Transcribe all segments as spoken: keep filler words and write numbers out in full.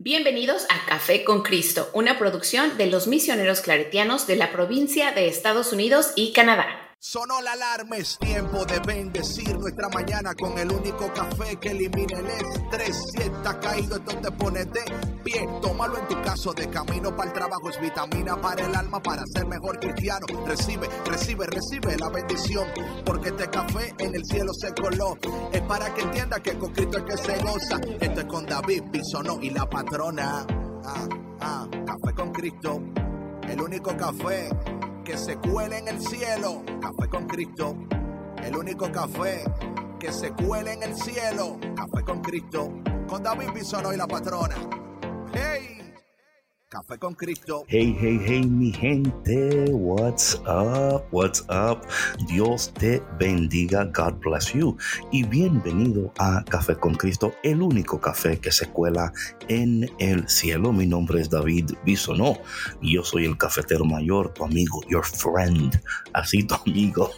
Bienvenidos a Café con Cristo, una producción de los misioneros claretianos de la provincia de Estados Unidos y Canadá. Sonó la alarma, es tiempo de bendecir nuestra mañana con el único café que elimina el estrés. Si estás caído, entonces pone de pie. Tómalo en tu caso, de camino para el trabajo. Es vitamina para el alma, para ser mejor cristiano. Recibe, recibe, recibe la bendición, porque este café en el cielo se coló. Es para que entiendas que con Cristo es que se goza. Esto es con David Bisonó y la patrona. Ah, ah, Café con Cristo, el único café que se cuele en el cielo. Café con Cristo, el único café que se cuele en el cielo. Café con Cristo, con David Bisonó y la patrona. ¡Hey! Café con Cristo. Hey, hey, hey, mi gente. What's up? What's up? Dios te bendiga. God bless you. Y bienvenido a Café con Cristo, el único café que se cuela en el cielo. Mi nombre es David Bisonó y yo soy el cafetero mayor, tu amigo, your friend. Así, tu amigo.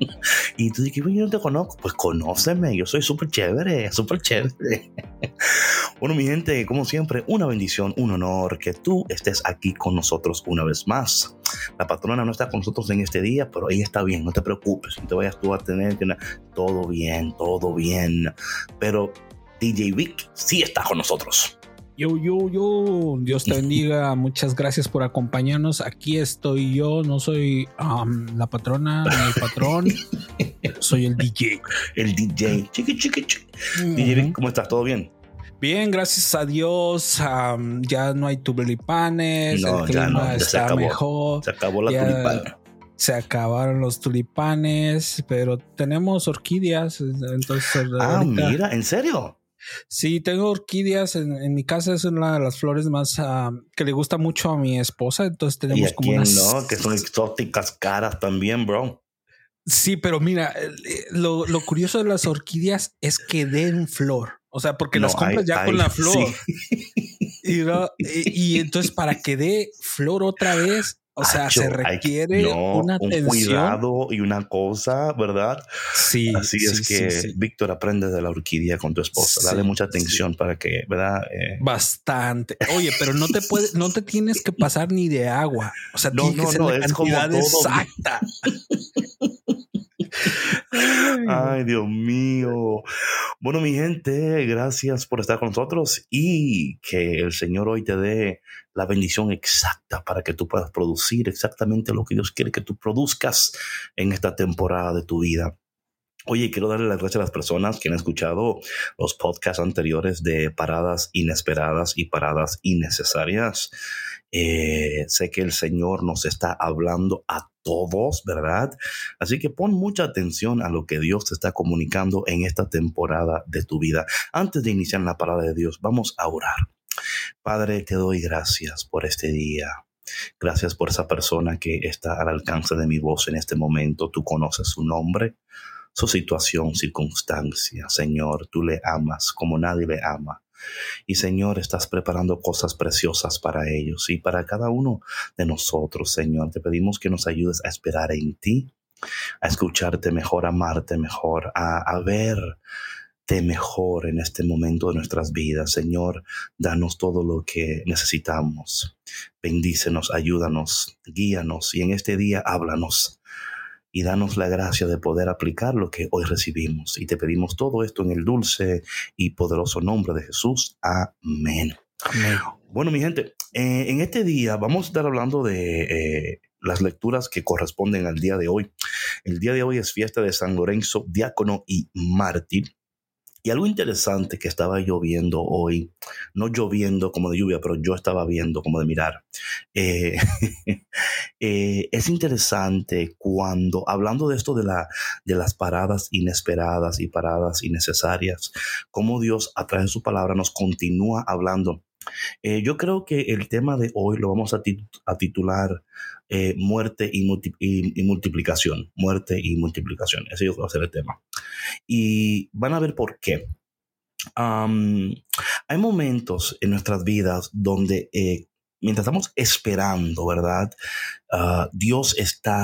Y tú dices, yo no te conozco. Pues conóceme. Yo soy súper chévere, súper chévere. Bueno, mi gente, como siempre, una bendición, un honor que tú estés aquí con nosotros una vez más. La patrona no está con nosotros en este día, pero ella está bien, no te preocupes, no te vayas tú a tener que... Todo bien, todo bien. Pero D J Vic sí está con nosotros. Yo, yo, yo, Dios te bendiga. Muchas gracias por acompañarnos. Aquí estoy yo, no soy um, la patrona ni el patrón, soy el D J. El D J, chiqui, chiqui, chiqui. Uh-huh. D J Vic, ¿cómo estás? ¿Todo bien? Bien, gracias a Dios. Um, ya no hay tulipanes, no, el clima no, está se acabó, mejor. Se acabó la ya tulipana. Se acabaron los tulipanes, pero tenemos orquídeas. Entonces, ah, ahorita, mira, ¿en serio? Sí, tengo orquídeas en, en mi casa. Es una de las flores más uh, que le gusta mucho a mi esposa. Entonces tenemos ¿Y a como quién unas... no? Que son exóticas caras también, bro. Sí, pero mira, lo, lo curioso de las orquídeas es que den flor. O sea, porque no, las compras hay, ya hay, con la flor. Sí. Y, no, y, y entonces para que dé flor otra vez, o sea, Acho, se requiere hay, no, una un atención. cuidado y una cosa, ¿verdad? Sí. Así sí, es que, sí, sí. Víctor, aprende de la orquídea con tu esposa. Sí, Dale mucha atención sí. para que, ¿verdad? Eh... Bastante. Oye, pero no te puedes, no te tienes que pasar ni de agua. O sea, no, tiene no, que ser no, la es cantidad como todo exacta. Ay, Dios mío. Bueno, mi gente, gracias por estar con nosotros y que el Señor hoy te dé la bendición exacta para que tú puedas producir exactamente lo que Dios quiere que tú produzcas en esta temporada de tu vida. Oye, quiero darle las gracias a las personas que han escuchado los podcasts anteriores de paradas inesperadas y paradas innecesarias. Eh, sé que el Señor nos está hablando a todos, ¿verdad? Así que pon mucha atención a lo que Dios te está comunicando en esta temporada de tu vida. Antes de iniciar la parada de Dios, vamos a orar. Padre, te doy gracias por este día. Gracias por esa persona que está al alcance de mi voz en este momento. Tú conoces su nombre, su situación, circunstancia. Señor, tú le amas como nadie le ama. Y Señor, estás preparando cosas preciosas para ellos y para cada uno de nosotros, Señor. Te pedimos que nos ayudes a esperar en ti, a escucharte mejor, a amarte mejor, a, a verte mejor en este momento de nuestras vidas. Señor, danos todo lo que necesitamos. Bendícenos, ayúdanos, guíanos y en este día háblanos. Y danos la gracia de poder aplicar lo que hoy recibimos. Y te pedimos todo esto en el dulce y poderoso nombre de Jesús. Amén. Amén. Bueno, mi gente, eh, en este día vamos a estar hablando de eh, las lecturas que corresponden al día de hoy. El día de hoy es fiesta de San Lorenzo, diácono y mártir. Y algo interesante que estaba yo viendo hoy, no lloviendo como de lluvia, pero yo estaba viendo como de mirar. Eh, eh, es interesante cuando, hablando de esto de, la, de las paradas inesperadas y paradas innecesarias, cómo Dios a través de su palabra nos continúa hablando. Eh, yo creo que el tema de hoy lo vamos a, tit- a titular eh, muerte y, multi- y, y multiplicación. Muerte y multiplicación. Ese yo creo que va a ser el tema. Y van a ver por qué. Um, hay momentos en nuestras vidas donde eh, mientras estamos esperando, ¿verdad? Uh, Dios está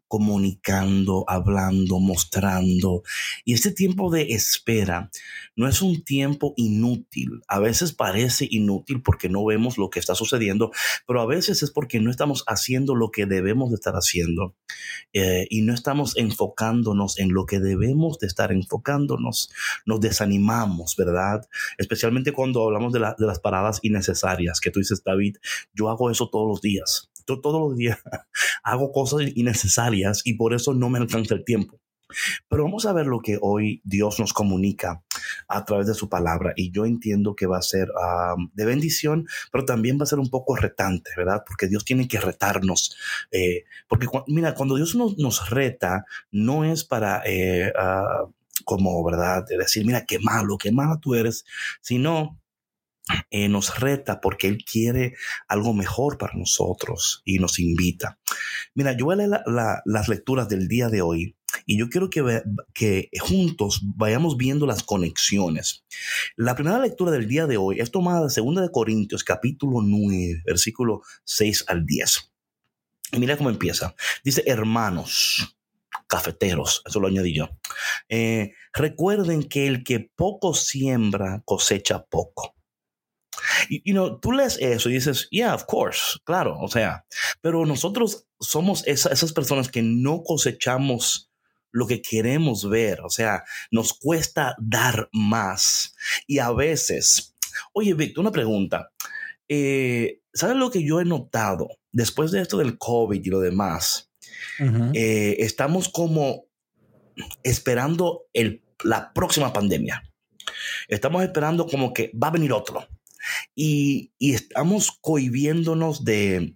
comunicando, hablando, mostrando. Y este tiempo de espera no es un tiempo inútil. A veces parece inútil porque no vemos lo que está sucediendo, pero a veces es porque no estamos haciendo lo que debemos de estar haciendo eh, y no estamos enfocándonos en lo que debemos de estar enfocándonos. Nos desanimamos, ¿verdad? Especialmente cuando hablamos de, la, de las paradas innecesarias, que tú dices, David, yo hago eso todos los días. Yo todos los días hago cosas innecesarias y por eso no me alcanza el tiempo. Pero vamos a ver lo que hoy Dios nos comunica a través de su palabra. Y yo entiendo que va a ser um, de bendición, pero también va a ser un poco retante, ¿verdad? Porque Dios tiene que retarnos. Eh, porque, cu- mira, cuando Dios nos, nos reta, no es para, eh, uh, como, ¿verdad? De decir, mira, qué malo, qué malo tú eres, sino... Eh, nos reta porque Él quiere algo mejor para nosotros y nos invita. Mira, yo voy a leer la, la, las lecturas del día de hoy y yo quiero que, ve, que juntos vayamos viendo las conexiones. La primera lectura del día de hoy es tomada de segunda de Corintios, capítulo nueve, versículo seis al diez. Y mira cómo empieza. Dice, hermanos, cafeteros, eso lo añadí yo. Eh, recuerden que el que poco siembra cosecha poco. You, you know, tú lees eso y dices, yeah, of course, claro, o sea, pero nosotros somos esa, esas personas que no cosechamos lo que queremos ver, o sea, nos cuesta dar más. Y a veces, oye, Víctor, una pregunta, eh, ¿sabes lo que yo he notado después de esto del COVID y lo demás? Uh-huh. Eh, estamos como esperando el, la próxima pandemia. Estamos esperando como que va a venir otro. Y, y estamos cohibiéndonos de,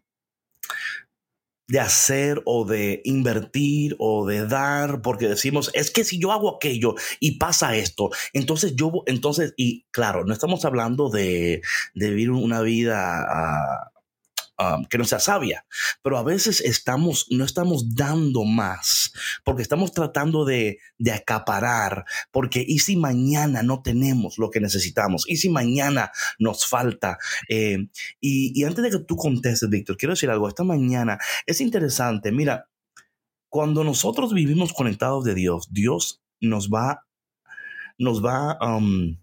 de hacer o de invertir o de dar, porque decimos, es que si yo hago aquello y pasa esto, entonces yo, entonces, y claro, no estamos hablando de, de vivir una vida uh, Um, que no sea sabia, pero a veces estamos, no estamos dando más porque estamos tratando de, de acaparar, porque y si mañana no tenemos lo que necesitamos, y si mañana nos falta. Eh, y, y antes de que tú contestes, Víctor, quiero decir algo. Esta mañana es interesante. Mira, cuando nosotros vivimos conectados de Dios, Dios nos va, nos va um,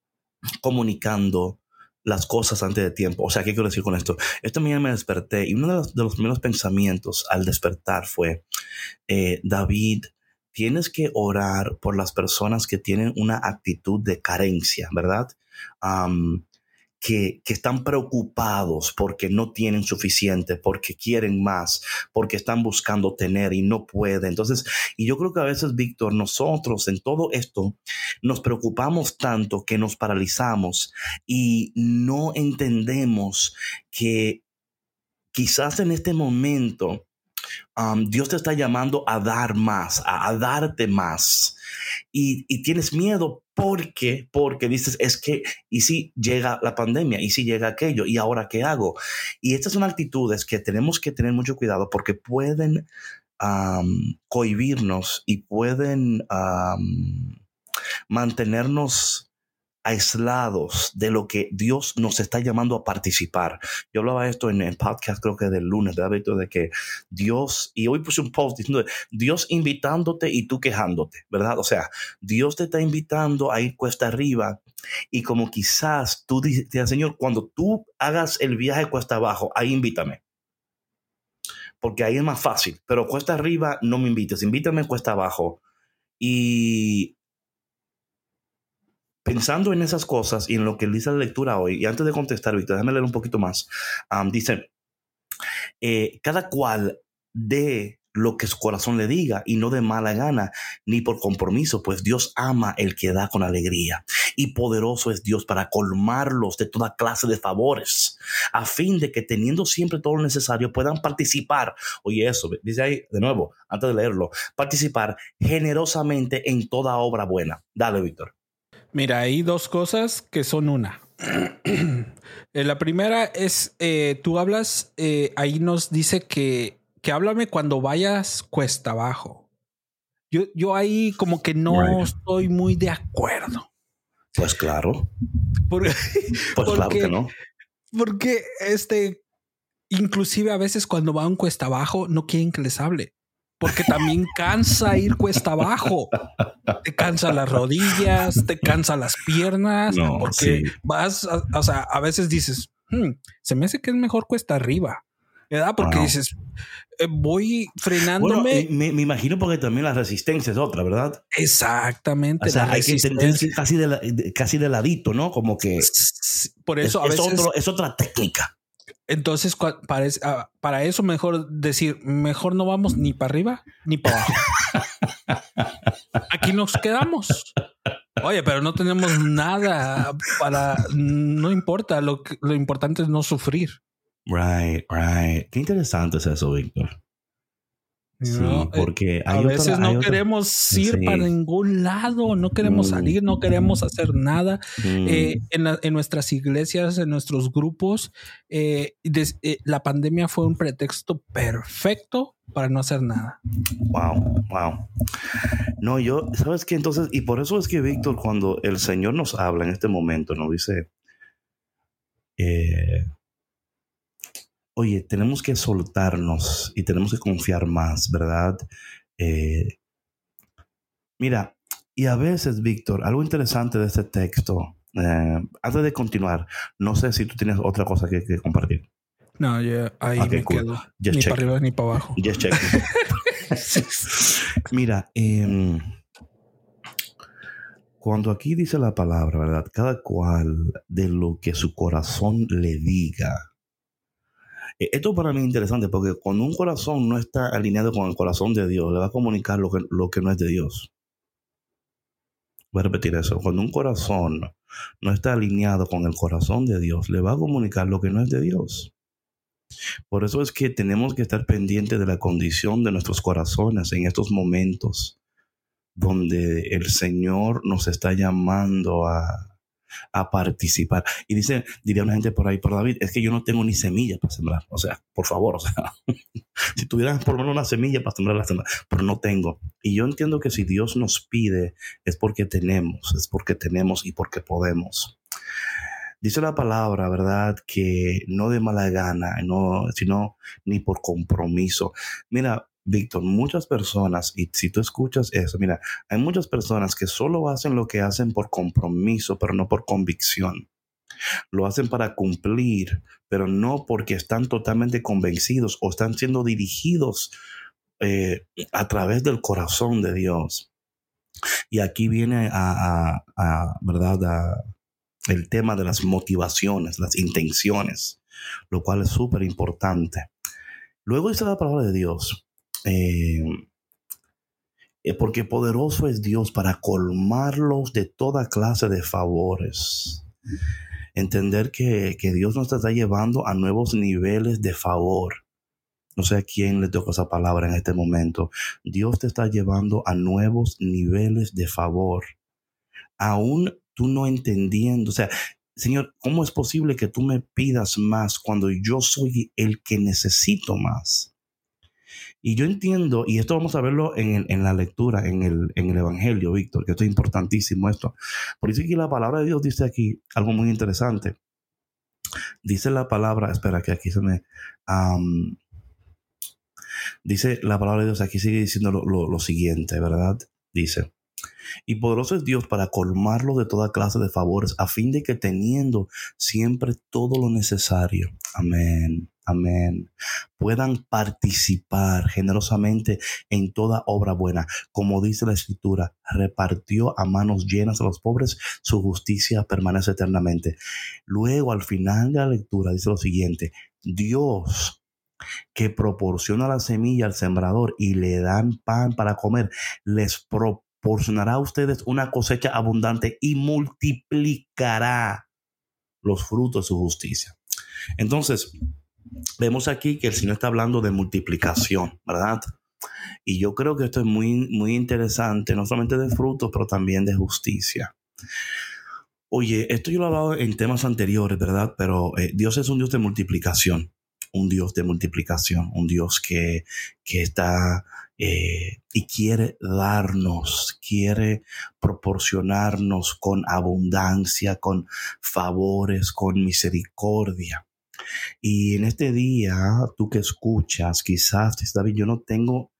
comunicando las cosas antes de tiempo. O sea, ¿qué quiero decir con esto? Esta mañana me desperté y uno de los, de los primeros pensamientos al despertar fue, eh, David, tienes que orar por las personas que tienen una actitud de carencia, ¿verdad? Um, que, que están preocupados porque no tienen suficiente, porque quieren más, porque están buscando tener y no pueden. Entonces, y yo creo que a veces, Víctor, nosotros en todo esto nos preocupamos tanto que nos paralizamos y no entendemos que quizás en este momento Um, Dios te está llamando a dar más, a, a darte más. Y, y tienes miedo porque, porque dices, es que, ¿y si llega la pandemia? ¿Y si llega aquello? ¿Y ahora qué hago? Y estas son actitudes que tenemos que tener mucho cuidado porque pueden um, cohibirnos y pueden um, mantenernos aislados de lo que Dios nos está llamando a participar. Yo hablaba esto en el podcast, creo que del lunes, ¿verdad? De que Dios, y hoy puse un post diciendo, Dios invitándote y tú quejándote, ¿verdad? O sea, Dios te está invitando a ir cuesta arriba y como quizás tú dices, Señor, cuando tú hagas el viaje cuesta abajo, ahí invítame. Porque ahí es más fácil, pero cuesta arriba no me invites, invítame cuesta abajo. Y pensando en esas cosas y en lo que dice la lectura hoy, y antes de contestar, Víctor, déjame leer un poquito más. Um, dice, eh, cada cual dé lo que su corazón le diga y no de mala gana ni por compromiso, pues Dios ama el que da con alegría y poderoso es Dios para colmarlos de toda clase de favores a fin de que teniendo siempre todo lo necesario puedan participar. Oye, eso dice ahí de nuevo, antes de leerlo, participar generosamente en toda obra buena. Dale, Víctor. Mira, hay dos cosas que son una. La primera es, eh, tú hablas, eh, ahí nos dice que, que háblame cuando vayas cuesta abajo. Yo, yo ahí como que no right. estoy muy de acuerdo. Pues claro. Por, pues porque, claro que no. Porque este, inclusive a veces cuando van cuesta abajo no quieren que les hable. porque también cansa ir cuesta abajo. Te cansa las rodillas, te cansa las piernas, no, porque sí. vas, a, o sea, a veces dices, hmm, se me hace que es mejor cuesta arriba, ¿verdad? Porque wow. dices, eh, voy frenándome. Bueno, me, me imagino porque también la resistencia es otra, ¿verdad? Exactamente. O sea, hay que entender casi de, la, de, casi de ladito, ¿no? Como que por eso es, a veces es, otro, es otra técnica. Entonces, para, para eso mejor decir, mejor no vamos ni para arriba ni para abajo. Aquí nos quedamos. Oye, pero no tenemos nada para... No importa, lo, lo importante es no sufrir. Right, right. Qué interesante es eso, Víctor. Sí, no, porque hay a otra, veces no queremos otra... ir sí. para ningún lado, no queremos mm. salir, no queremos hacer nada. Mm. Eh, en, la, en nuestras iglesias, en nuestros grupos, eh, des, eh, la pandemia fue un pretexto perfecto para no hacer nada. Wow, wow. No, yo, ¿sabes qué? Entonces, y por eso es que, Víctor, cuando el Señor nos habla en este momento, nos dice, eh, oye, tenemos que soltarnos y tenemos que confiar más, ¿verdad? Eh, mira, y a veces, Víctor, algo interesante de este texto, eh, antes de continuar, no sé si tú tienes otra cosa que, que compartir. No, yo ahí okay, me cool. quedo. Just ni check. Para arriba ni para abajo. Just check. Mira, eh, cuando aquí dice la palabra, ¿verdad? Cada cual de lo que su corazón le diga. Esto para mí es interesante porque cuando un corazón no está alineado con el corazón de Dios, le va a comunicar lo que, lo que no es de Dios. Voy a repetir eso. Cuando un corazón no está alineado con el corazón de Dios, le va a comunicar lo que no es de Dios. Por eso es que tenemos que estar pendientes de la condición de nuestros corazones en estos momentos donde el Señor nos está llamando a... a participar. Y dice, diría una gente por ahí, pero David, es que yo no tengo ni semilla para sembrar. O sea, por favor, o sea, si tuvieras por lo menos una semilla para sembrar la semilla, pero no tengo. Y yo entiendo que si Dios nos pide, es porque tenemos, es porque tenemos y porque podemos. Dice la palabra, ¿verdad? Que no de mala gana, no, sino ni por compromiso. Mira, Víctor, muchas personas, y si tú escuchas eso, mira, hay muchas personas que solo hacen lo que hacen por compromiso, pero no por convicción. Lo hacen para cumplir, pero no porque están totalmente convencidos o están siendo dirigidos eh, a través del corazón de Dios. Y aquí viene a, a, a ¿verdad? A, el tema de las motivaciones, las intenciones, lo cual es súper importante. Luego dice la palabra de Dios. Eh, eh, porque poderoso es Dios para colmarlos de toda clase de favores. Entender que, que Dios nos está llevando a nuevos niveles de favor. No sé a quién le toca esa palabra en este momento. Dios te está llevando a nuevos niveles de favor. Aún tú no entendiendo, o sea, Señor, ¿cómo es posible que tú me pidas más cuando yo soy el que necesito más? Y yo entiendo, y esto vamos a verlo en, el, en la lectura, en el, en el Evangelio, Víctor, que esto es importantísimo esto. Por eso que la palabra de Dios dice aquí algo muy interesante. Dice la palabra, espera que aquí se me... Um, dice la palabra de Dios, aquí sigue diciendo lo, lo, lo siguiente, ¿verdad? Dice... Y poderoso es Dios para colmarlo de toda clase de favores, a fin de que teniendo siempre todo lo necesario, amén, amén, puedan participar generosamente en toda obra buena. Como dice la Escritura, repartió a manos llenas a los pobres, su justicia permanece eternamente. Luego, al final de la lectura, dice lo siguiente: Dios, que proporciona la semilla al sembrador y le dan pan para comer, les proporciona proporcionará a ustedes una cosecha abundante y multiplicará los frutos de su justicia. Entonces, vemos aquí que el Señor está hablando de multiplicación, ¿verdad? Y yo creo que esto es muy, muy interesante, no solamente de frutos, pero también de justicia. Oye, esto yo lo he hablado en temas anteriores, ¿verdad? Pero eh, Dios es un Dios de multiplicación, un Dios de multiplicación, un Dios que, que está... Eh, y quiere darnos, quiere proporcionarnos con abundancia, con favores, con misericordia. Y en este día, tú que escuchas, quizás, David, yo no tengo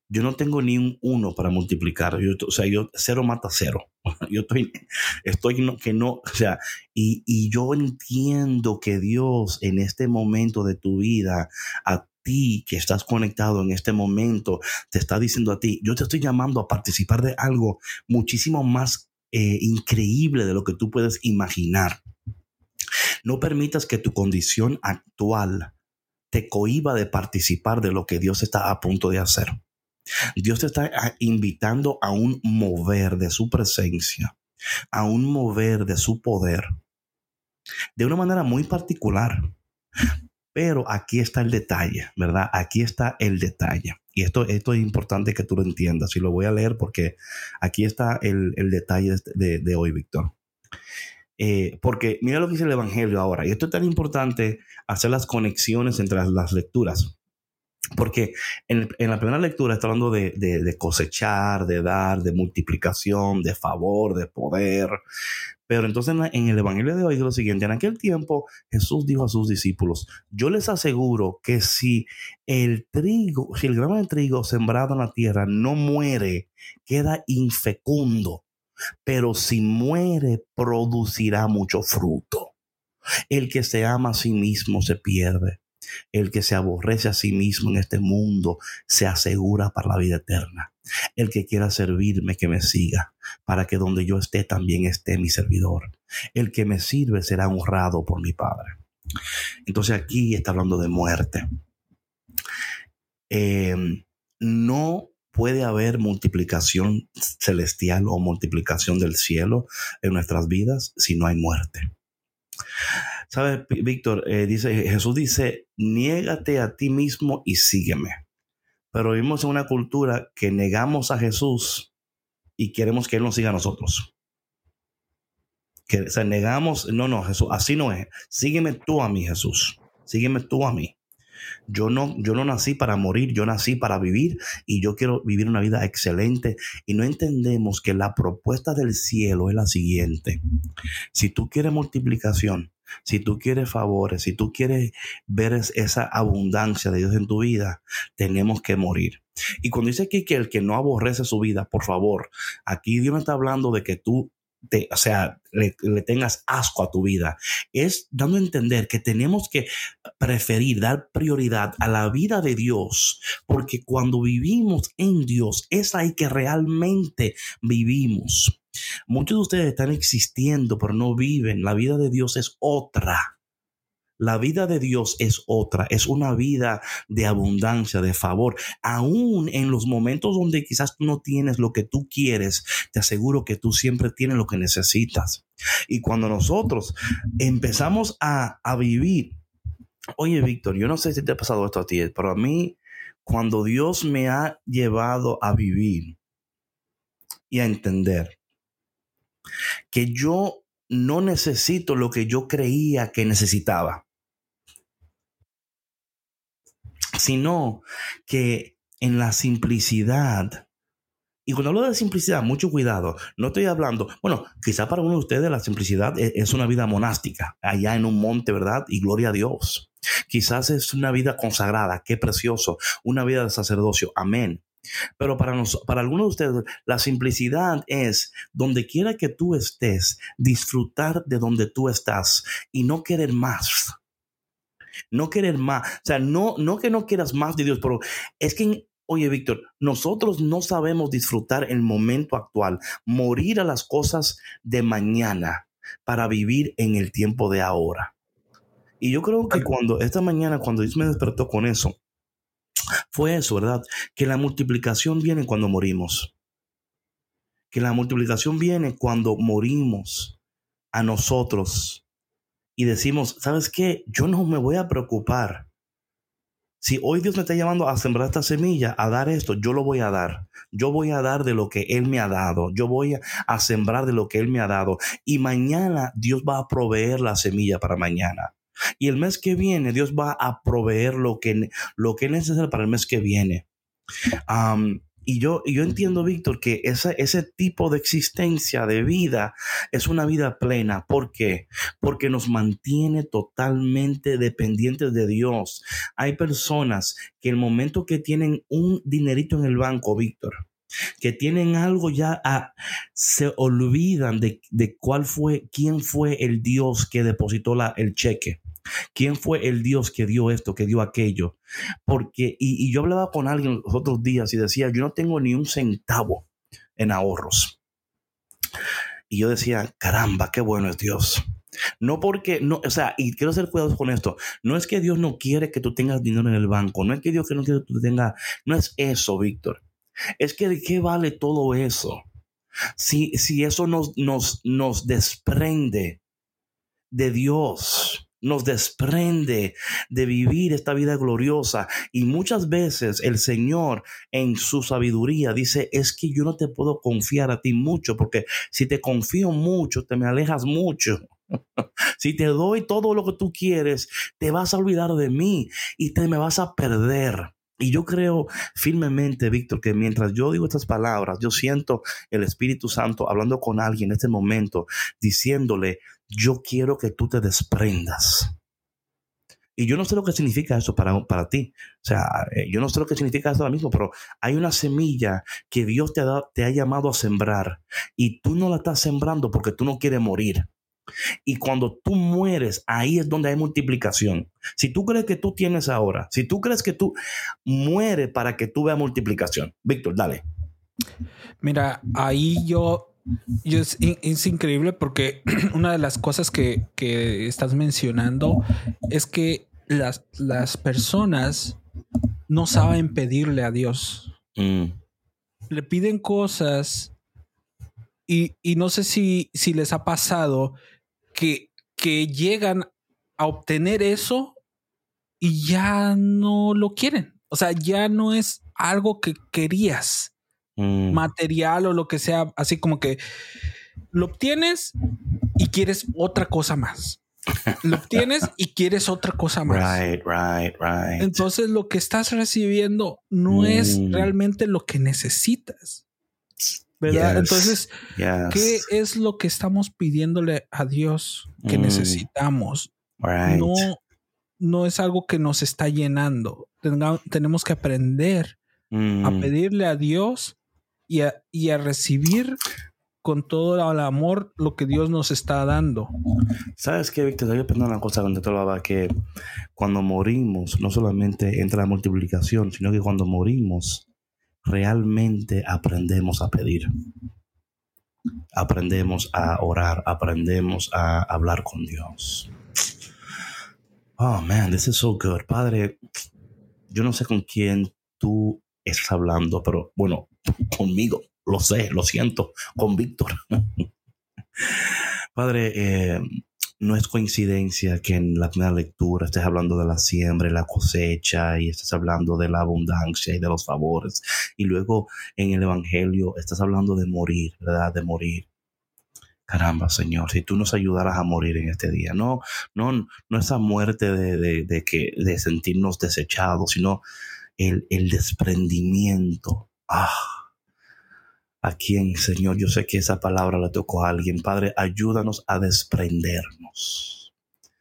yo no tengo ni un uno para multiplicar. Yo, o sea, yo cero mata cero. Yo estoy, estoy no, que no, o sea, y, y yo entiendo que Dios en este momento de tu vida, a ti que estás conectado en este momento, te está diciendo a ti, yo te estoy llamando a participar de algo muchísimo más eh, increíble de lo que tú puedes imaginar. No permitas que tu condición actual te cohíba de participar de lo que Dios está a punto de hacer. Dios te está invitando a un mover de su presencia, a un mover de su poder, de una manera muy particular. Pero aquí está el detalle, ¿verdad? Aquí está el detalle. Y esto, esto es importante que tú lo entiendas. Y lo voy a leer porque aquí está el, el detalle de, de hoy, Víctor. Eh, porque mira lo que dice el Evangelio ahora. Y esto es tan importante, hacer las conexiones entre las, las lecturas. Porque en, en la primera lectura está hablando de, de, de cosechar, de dar, de multiplicación, de favor, de poder. Pero entonces en, la, en el Evangelio de hoy es lo siguiente. En aquel tiempo Jesús dijo a sus discípulos, yo les aseguro que si el trigo, si el grano de trigo sembrado en la tierra no muere, queda infecundo. Pero si muere, producirá mucho fruto. El que se ama a sí mismo se pierde. El que se aborrece a sí mismo en este mundo se asegura para la vida eterna. El que quiera servirme, que me siga, para que donde yo esté también esté mi servidor. El que me sirve será honrado por mi Padre. Entonces aquí está hablando de muerte. Eh, no puede haber multiplicación celestial o multiplicación del cielo en nuestras vidas si no hay muerte. ¿Sabes, Víctor? Eh, dice, Jesús dice, niégate a ti mismo y sígueme. Pero vivimos en una cultura que negamos a Jesús y queremos que Él nos siga a nosotros. Que, o sea, negamos, no, no, Jesús, así no es. Sígueme tú a mí, Jesús. Sígueme tú a mí. Yo no, yo no nací para morir, yo nací para vivir y yo quiero vivir una vida excelente. Y no entendemos que la propuesta del cielo es la siguiente. Si tú quieres multiplicación, si tú quieres favores, si tú quieres ver esa abundancia de Dios en tu vida, tenemos que morir. Y cuando dice aquí que el que no aborrece su vida, por favor, aquí Dios no está hablando de que tú Te, o sea, le, le tengas asco a tu vida. Es dando a entender que tenemos que preferir, dar prioridad a la vida de Dios, porque cuando vivimos en Dios, es ahí que realmente vivimos. Muchos de ustedes están existiendo, pero no viven. La vida de Dios es otra. La vida de Dios es otra, es una vida de abundancia, de favor. Aún en los momentos donde quizás tú no tienes lo que tú quieres, te aseguro que tú siempre tienes lo que necesitas. Y cuando nosotros empezamos a, a vivir, oye, Víctor, yo no sé si te ha pasado esto a ti, pero a mí, cuando Dios me ha llevado a vivir y a entender que yo no necesito lo que yo creía que necesitaba, sino que en la simplicidad, y cuando hablo de simplicidad, mucho cuidado, no estoy hablando, bueno, quizá para uno de ustedes la simplicidad es una vida monástica, allá en un monte, ¿verdad? Y gloria a Dios. Quizás es una vida consagrada, qué precioso, una vida de sacerdocio, amén. Pero para, nos, para algunos de ustedes, la simplicidad es donde quiera que tú estés, disfrutar de donde tú estás y no querer más. No querer más, o sea, no, no que no quieras más de Dios, pero es que, oye, Víctor, nosotros no sabemos disfrutar el momento actual, morir a las cosas de mañana para vivir en el tiempo de ahora. Y yo creo que cuando, esta mañana, cuando Dios me despertó con eso, fue eso, ¿verdad? Que la multiplicación viene cuando morimos. Que la multiplicación viene cuando morimos a nosotros. Y decimos, ¿sabes qué? Yo no me voy a preocupar. Si hoy Dios me está llamando a sembrar esta semilla, a dar esto, yo lo voy a dar. Yo voy a dar de lo que Él me ha dado. Yo voy a, a sembrar de lo que Él me ha dado. Y mañana Dios va a proveer la semilla para mañana. Y el mes que viene Dios va a proveer lo que, lo que es necesario para el mes que viene. Um, Y yo, y yo entiendo, Víctor, que ese, ese tipo de existencia de vida es una vida plena. ¿Por qué? Porque nos mantiene totalmente dependientes de Dios. Hay personas que el momento que tienen un dinerito en el banco, Víctor, que tienen algo ya, a, se olvidan de, de cuál fue, quién fue el Dios que depositó la, el cheque. ¿Quién fue el Dios que dio esto, que dio aquello? Porque, y, y yo hablaba con alguien los otros días y decía, yo no tengo ni un centavo en ahorros. Y yo decía, caramba, qué bueno es Dios. No porque, no, o sea, y quiero ser cuidadoso con esto. No es que Dios no quiere que tú tengas dinero en el banco. No es que Dios que no quiere que tú tengas, no es eso, Víctor. Es que ¿de qué vale todo eso? Si, si eso nos, nos, nos desprende de Dios. Nos desprende de vivir esta vida gloriosa. Y muchas veces el Señor en su sabiduría dice, es que yo no te puedo confiar a ti mucho, porque si te confío mucho, te me alejas mucho. Si te doy todo lo que tú quieres, te vas a olvidar de mí y te me vas a perder. Y yo creo firmemente, Víctor, que mientras yo digo estas palabras, yo siento el Espíritu Santo hablando con alguien en este momento, diciéndole, yo quiero que tú te desprendas. Y yo no sé lo que significa eso para, para ti. O sea, yo no sé lo que significa eso ahora mismo, pero hay una semilla que Dios te ha, te ha llamado a sembrar y tú no la estás sembrando porque tú no quieres morir. Y cuando tú mueres, ahí es donde hay multiplicación. Si tú crees que tú tienes ahora, si tú crees que tú mueres para que tú veas multiplicación. Víctor, dale. Mira, ahí yo, yo es, es increíble porque una de las cosas que, que estás mencionando es que las, las personas no saben pedirle a Dios. Mm. Le piden cosas y, y no sé si, si les ha pasado que, que llegan a obtener eso y ya no lo quieren. O sea, ya no es algo que querías, mm. material o lo que sea, así como que lo obtienes y quieres otra cosa más. Lo obtienes y quieres otra cosa más. Right, right, right. Entonces lo que estás recibiendo no mm. es realmente lo que necesitas. ¿Verdad? Yes, Entonces, yes. ¿qué es lo que estamos pidiéndole a Dios que mm. necesitamos? Right. No, no es algo que nos está llenando. Tenga, tenemos que aprender mm. a pedirle a Dios y a, y a recibir con todo el amor lo que Dios nos está dando. ¿Sabes qué, Víctor? Yo aprendí una cosa cuando te hablaba, que cuando morimos no solamente entra la multiplicación, sino que cuando morimos realmente aprendemos a pedir, aprendemos a orar, aprendemos a hablar con Dios. Oh man, this is so good. Padre, yo no sé con quién tú estás hablando, pero bueno, conmigo, lo sé, lo siento, con Víctor. Padre, eh, no es coincidencia que en la primera lectura estés hablando de la siembra y la cosecha y estés hablando de la abundancia y de los favores. Y luego en el Evangelio estás hablando de morir, ¿verdad? De morir. Caramba, Señor, si tú nos ayudaras a morir en este día. No, no, no esa muerte de, de, de, que, de sentirnos desechados, sino el, el desprendimiento. Ah. ¿A quién, Señor? Yo sé que esa palabra le tocó a alguien. Padre, ayúdanos a desprendernos.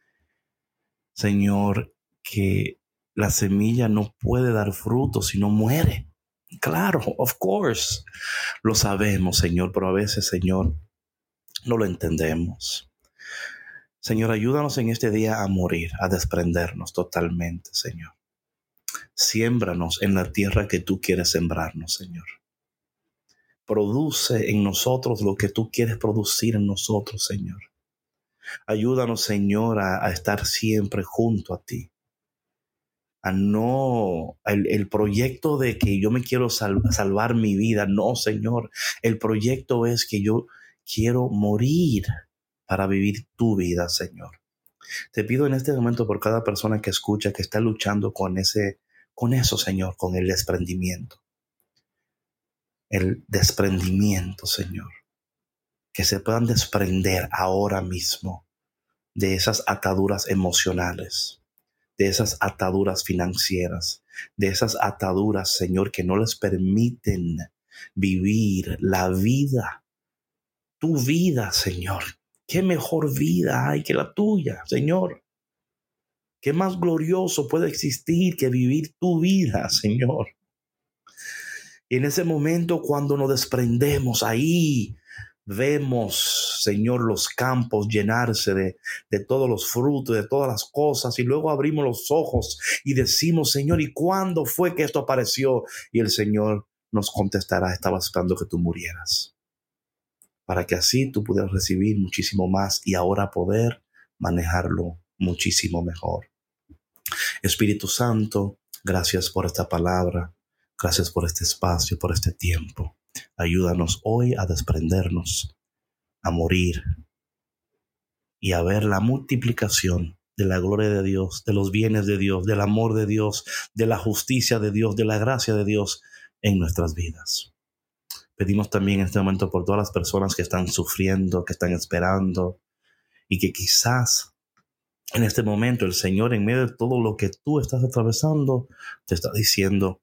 Señor, que la semilla no puede dar fruto si no muere. Claro, of course. Lo sabemos, Señor, pero a veces, Señor, no lo entendemos. Señor, ayúdanos en este día a morir, a desprendernos totalmente, Señor. Siémbranos en la tierra que tú quieres sembrarnos, Señor. Produce en nosotros lo que tú quieres producir en nosotros, Señor. Ayúdanos, Señor, a, a estar siempre junto a ti. A no, el, el proyecto de que yo me quiero sal, salvar mi vida. No, Señor. El proyecto es que yo quiero morir para vivir tu vida, Señor. Te pido en este momento por cada persona que escucha, que está luchando con ese, con eso, Señor, con el desprendimiento. El desprendimiento, Señor. Que se puedan desprender ahora mismo de esas ataduras emocionales, de esas ataduras financieras, de esas ataduras, Señor, que no les permiten vivir la vida, tu vida, Señor. ¿Qué mejor vida hay que la tuya, Señor? ¿Qué más glorioso puede existir que vivir tu vida, Señor? Y en ese momento, cuando nos desprendemos, ahí vemos, Señor, los campos llenarse de, de todos los frutos, de todas las cosas, y luego abrimos los ojos y decimos, Señor, ¿y cuándo fue que esto apareció? Y el Señor nos contestará, estaba esperando que tú murieras, para que así tú pudieras recibir muchísimo más y ahora poder manejarlo muchísimo mejor. Espíritu Santo, gracias por esta palabra, gracias por este espacio, por este tiempo. Ayúdanos hoy a desprendernos, a morir y a ver la multiplicación de la gloria de Dios, de los bienes de Dios, del amor de Dios, de la justicia de Dios, de la gracia de Dios en nuestras vidas. Pedimos también en este momento por todas las personas que están sufriendo, que están esperando y que quizás en este momento el Señor, en medio de todo lo que tú estás atravesando, te está diciendo,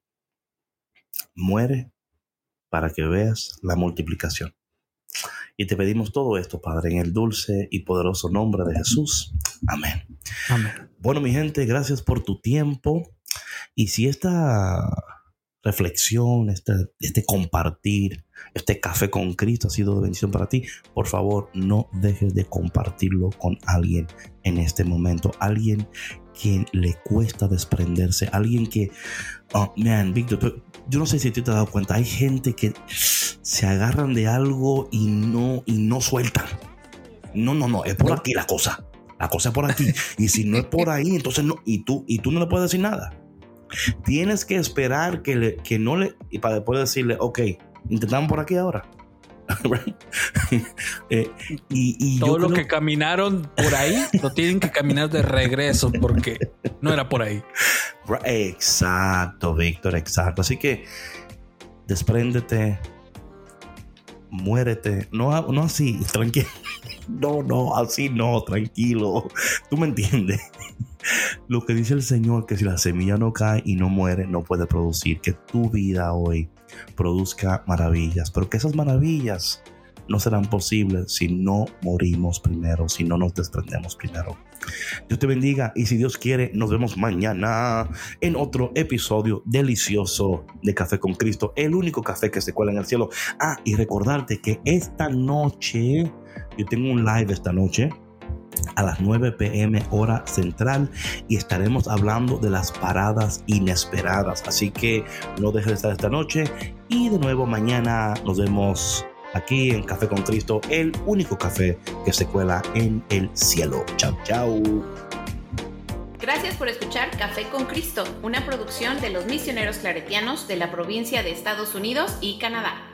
muere para que veas la multiplicación. Y te pedimos todo esto, Padre, en el dulce y poderoso nombre de Jesús. Amén. Amén. Bueno, mi gente, gracias por tu tiempo. Y si esta reflexión, este, este compartir, este café con Cristo ha sido de bendición para ti, por favor, no dejes de compartirlo con alguien en este momento. Alguien que le cuesta desprenderse. Alguien que, oh, man, Víctor, tú, yo no sé si tú te has dado cuenta, hay gente que se agarran de algo y no, y no sueltan. No, no, no, es por aquí la cosa. La cosa es por aquí. Y si no es por ahí, entonces no. Y tú, y tú no le puedes decir nada. Tienes que esperar que, le, que no le, y para después decirle, ok, intentamos por aquí ahora. eh, y, y todo yo lo creo... que caminaron por ahí lo tienen que caminar de regreso porque no era por ahí. Exacto, Víctor, exacto. Así que despréndete, muérete. No, no así, tranquilo. No, no, así no, tranquilo. Tú me entiendes. Lo que dice el Señor, que si la semilla no cae y no muere, no puede producir. Que tu vida hoy produzca maravillas, pero que esas maravillas no serán posibles si no morimos primero, si no nos desprendemos primero. Dios te bendiga y si Dios quiere, nos vemos mañana en otro episodio delicioso de Café con Cristo, el único café que se cuela en el cielo. Ah, y recordarte que esta noche, yo tengo un live esta noche a las nueve p.m. hora central y estaremos hablando de las paradas inesperadas. Así que no dejes de estar esta noche y de nuevo mañana nos vemos aquí en Café con Cristo, el único café que se cuela en el cielo. Chao, chao. Gracias por escuchar Café con Cristo, una producción de los misioneros claretianos de la provincia de Estados Unidos y Canadá.